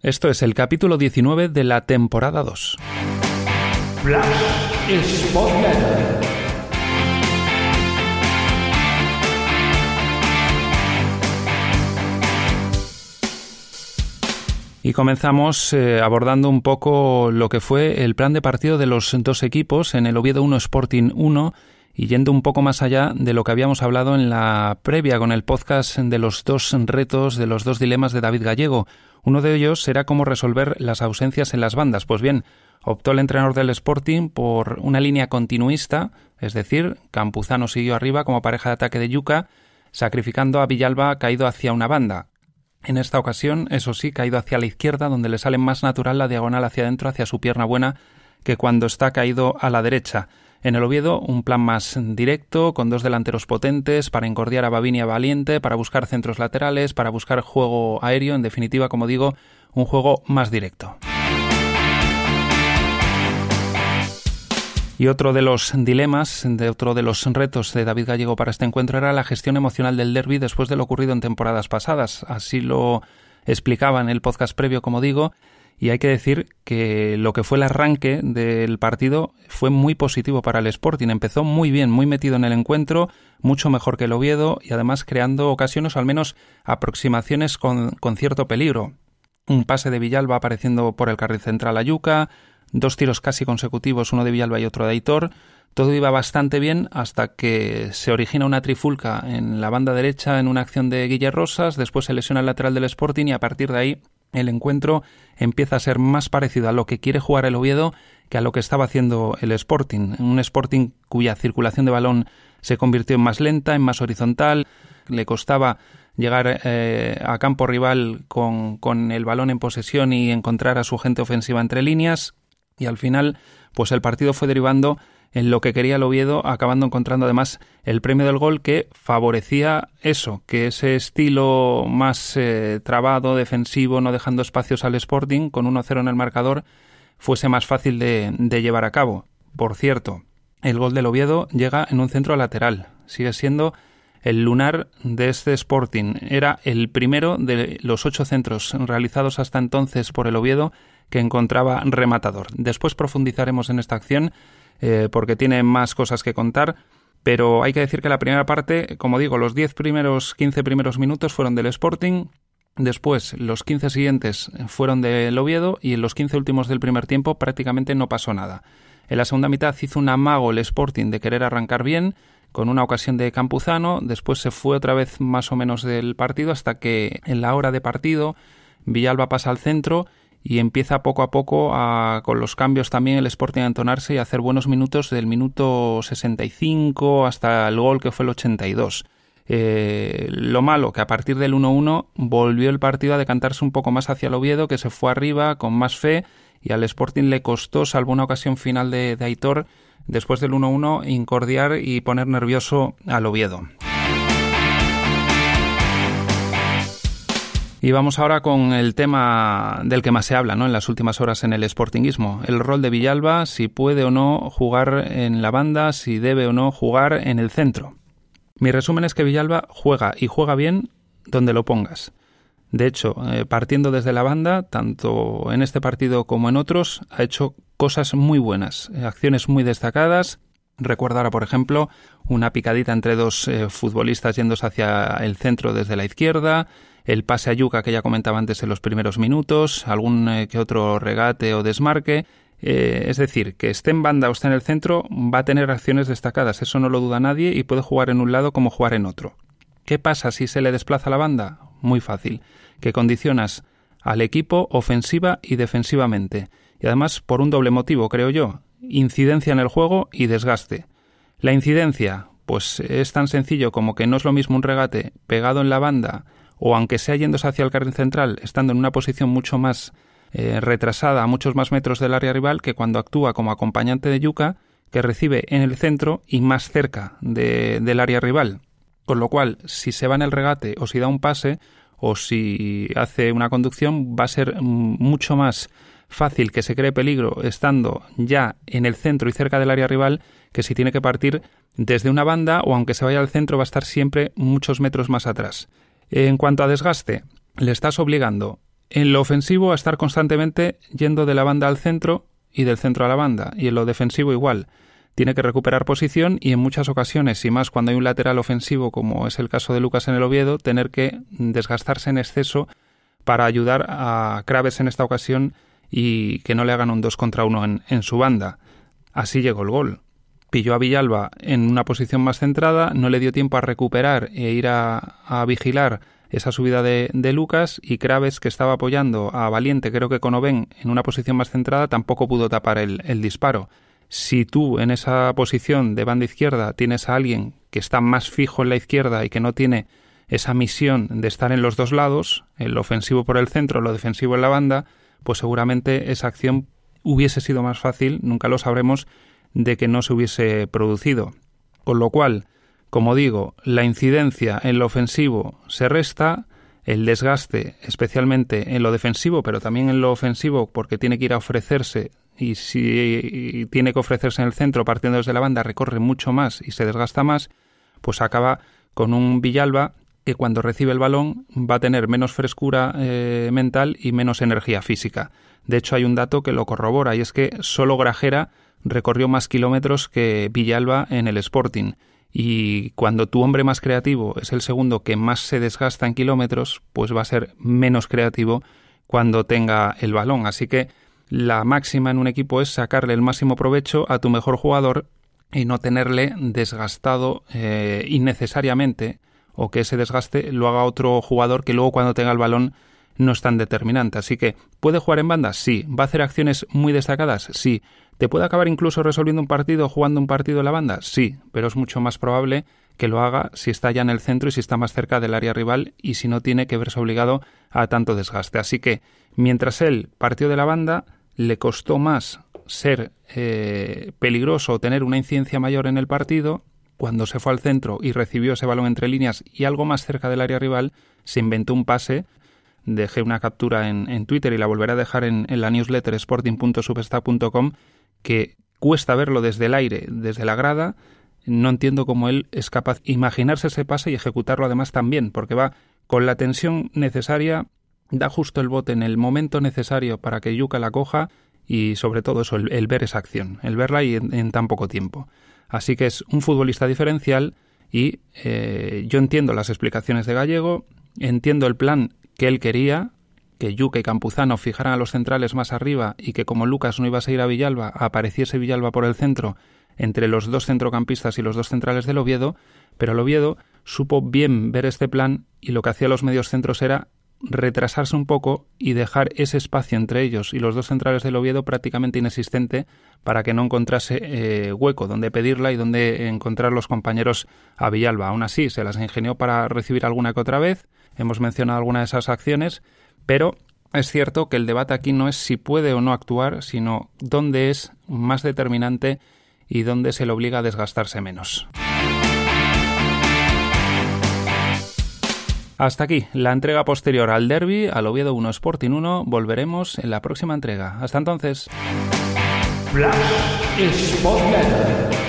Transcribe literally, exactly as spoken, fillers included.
Esto es el capítulo diecinueve de la temporada dos. Flash Spotlight. Y comenzamos eh, abordando un poco lo que fue el plan de partido de los dos equipos en el Oviedo uno Sporting uno y yendo un poco más allá de lo que habíamos hablado en la previa con el podcast de los dos retos, de los dos dilemas de David Gallego. Uno de ellos era cómo resolver las ausencias en las bandas. Pues bien, optó el entrenador del Sporting por una línea continuista, es decir, Campuzano siguió arriba como pareja de ataque de Yuka, sacrificando a Villalba caído hacia una banda. En esta ocasión, eso sí, caído hacia la izquierda, donde le sale más natural la diagonal hacia adentro, hacia su pierna buena, que cuando está caído a la derecha. En el Oviedo, un plan más directo, con dos delanteros potentes, para encordiar a Babinia Valiente, para buscar centros laterales, para buscar juego aéreo, en definitiva, como digo, un juego más directo. Y otro de los dilemas, de otro de los retos de David Gallego para este encuentro era la gestión emocional del derbi después de lo ocurrido en temporadas pasadas. Así lo explicaba en el podcast previo, como digo, y hay que decir que lo que fue el arranque del partido fue muy positivo para el Sporting. Empezó muy bien, muy metido en el encuentro, mucho mejor que el Oviedo y además creando ocasiones o al menos aproximaciones con, con cierto peligro. Un pase de Villalba apareciendo por el carril central a Yuka, dos tiros casi consecutivos, uno de Villalba y otro de Aitor. Todo iba bastante bien hasta que se origina una trifulca en la banda derecha en una acción de Guille Rosas, después se lesiona el lateral del Sporting y a partir de ahí el encuentro empieza a ser más parecido a lo que quiere jugar el Oviedo que a lo que estaba haciendo el Sporting. Un Sporting cuya circulación de balón se convirtió en más lenta, en más horizontal, le costaba llegar eh, a campo rival con, con el balón en posesión y encontrar a su gente ofensiva entre líneas. Y al final, pues el partido fue derivando en lo que quería el Oviedo, acabando encontrando además el premio del gol que favorecía eso, que ese estilo más eh, trabado, defensivo, no dejando espacios al Sporting, con uno cero en el marcador, fuese más fácil de, de llevar a cabo. Por cierto, el gol del Oviedo llega en un centro lateral, sigue siendo el lunar de este Sporting. Era el primero de los ocho centros realizados hasta entonces por el Oviedo que encontraba rematador. Después profundizaremos en esta acción eh, porque tiene más cosas que contar, pero hay que decir que la primera parte, como digo, los diez primeros, quince primeros minutos fueron del Sporting, después los quince siguientes fueron del Oviedo y en los quince últimos del primer tiempo prácticamente no pasó nada. En la segunda mitad hizo un amago el Sporting de querer arrancar bien, con una ocasión de Campuzano, después se fue otra vez más o menos del partido hasta que en la hora de partido Villalba pasa al centro y empieza poco a poco a, con los cambios también el Sporting a entonarse y a hacer buenos minutos del minuto sesenta y cinco hasta el gol que fue el ochenta y dos. Eh, lo malo, que a partir del uno uno volvió el partido a decantarse un poco más hacia el Oviedo, que se fue arriba con más fe y al Sporting le costó, salvo una ocasión final de, de Aitor, después del uno uno, incordiar y poner nervioso al Oviedo. Y vamos ahora con el tema del que más se habla, ¿no?, en las últimas horas en el sportinguismo. El rol de Villalba, si puede o no jugar en la banda, si debe o no jugar en el centro. Mi resumen es que Villalba juega y juega bien donde lo pongas. De hecho, eh, partiendo desde la banda, tanto en este partido como en otros, ha hecho cosas muy buenas, eh, acciones muy destacadas. Recuerdo ahora, por ejemplo, una picadita entre dos eh, futbolistas yéndose hacia el centro desde la izquierda, el pase a Yuka que ya comentaba antes en los primeros minutos, algún eh, que otro regate o desmarque. Eh, es decir, que esté en banda o esté en el centro, va a tener acciones destacadas, eso no lo duda nadie, y puede jugar en un lado como jugar en otro. ¿Qué pasa si se le desplaza la banda? Muy fácil, que condicionas al equipo ofensiva y defensivamente. Y además por un doble motivo, creo yo, incidencia en el juego y desgaste. La incidencia, pues es tan sencillo como que no es lo mismo un regate pegado en la banda o aunque sea yéndose hacia el carril central, estando en una posición mucho más eh, retrasada, a muchos más metros del área rival, que cuando actúa como acompañante de Yuka, que recibe en el centro y más cerca de, del área rival. Con lo cual, si se va en el regate o si da un pase o si hace una conducción, va a ser mucho más fácil que se cree peligro estando ya en el centro y cerca del área rival que si tiene que partir desde una banda o aunque se vaya al centro va a estar siempre muchos metros más atrás. En cuanto a desgaste, le estás obligando En lo ofensivo, a estar constantemente yendo de la banda al centro y del centro a la banda. Y en lo defensivo igual. Tiene que recuperar posición y en muchas ocasiones, y más cuando hay un lateral ofensivo, como es el caso de Lucas en el Oviedo, tener que desgastarse en exceso para ayudar a Kraves en esta ocasión y que no le hagan un dos contra uno en, en su banda. Así llegó el gol. Pilló a Villalba en una posición más centrada, no le dio tiempo a recuperar e ir a, a vigilar esa subida de, de Lucas, y Kraves, que estaba apoyando a Valiente, creo que con Oben, en una posición más centrada, tampoco pudo tapar el, el disparo. Si tú en esa posición de banda izquierda tienes a alguien que está más fijo en la izquierda y que no tiene esa misión de estar en los dos lados, el ofensivo por el centro, lo defensivo en la banda, pues seguramente esa acción hubiese sido más fácil, nunca lo sabremos, de que no se hubiese producido. Con lo cual, como digo, la incidencia en lo ofensivo se resta, el desgaste especialmente en lo defensivo, pero también en lo ofensivo, porque tiene que ir a ofrecerse, y si tiene que ofrecerse en el centro partiendo desde la banda, recorre mucho más y se desgasta más, pues acaba con un Villalba que cuando recibe el balón va a tener menos frescura eh, mental y menos energía física. De hecho, hay un dato que lo corrobora, y es que solo Grajera recorrió más kilómetros que Villalba en el Sporting. Y cuando tu hombre más creativo es el segundo que más se desgasta en kilómetros, pues va a ser menos creativo cuando tenga el balón. Así que la máxima en un equipo es sacarle el máximo provecho a tu mejor jugador y no tenerle desgastado eh, innecesariamente, o que ese desgaste lo haga otro jugador que luego cuando tenga el balón no es tan determinante. Así que, ¿puede jugar en banda? Sí. ¿Va a hacer acciones muy destacadas? Sí. ¿Te puede acabar incluso resolviendo un partido, jugando un partido en la banda? Sí, pero es mucho más probable que lo haga si está ya en el centro y si está más cerca del área rival y si no tiene que verse obligado a tanto desgaste. Así que, mientras él partió de la banda, le costó más ser eh, peligroso o tener una incidencia mayor en el partido. Cuando se fue al centro y recibió ese balón entre líneas y algo más cerca del área rival, se inventó un pase. Dejé una captura en, en Twitter y la volveré a dejar en, en la newsletter sporting punto substack punto com, que cuesta verlo desde el aire, desde la grada. No entiendo cómo él es capaz de imaginarse ese pase y ejecutarlo además también, porque va con la tensión necesaria, da justo el bote en el momento necesario para que Yuka la coja, y sobre todo eso, el, el ver esa acción, el verla y en, en tan poco tiempo. Así que es un futbolista diferencial y eh, yo entiendo las explicaciones de Gallego, entiendo el plan que él quería, que Yuka y Campuzano fijaran a los centrales más arriba y que como Lucas no iba a seguir a Villalba, apareciese Villalba por el centro entre los dos centrocampistas y los dos centrales del Oviedo, pero el Oviedo supo bien ver este plan y lo que hacía los mediocentros era retrasarse un poco y dejar ese espacio entre ellos y los dos centrales del Oviedo prácticamente inexistente para que no encontrase eh, hueco donde pedirla y donde encontrar los compañeros a Villalba. Aún así, se las ingenió para recibir alguna que otra vez. Hemos mencionado alguna de esas acciones, pero es cierto que el debate aquí no es si puede o no actuar, sino dónde es más determinante y dónde se le obliga a desgastarse menos. Hasta aquí la entrega posterior al derbi, al Oviedo uno Sporting uno. Volveremos en la próxima entrega. Hasta entonces. Flash Spotlight.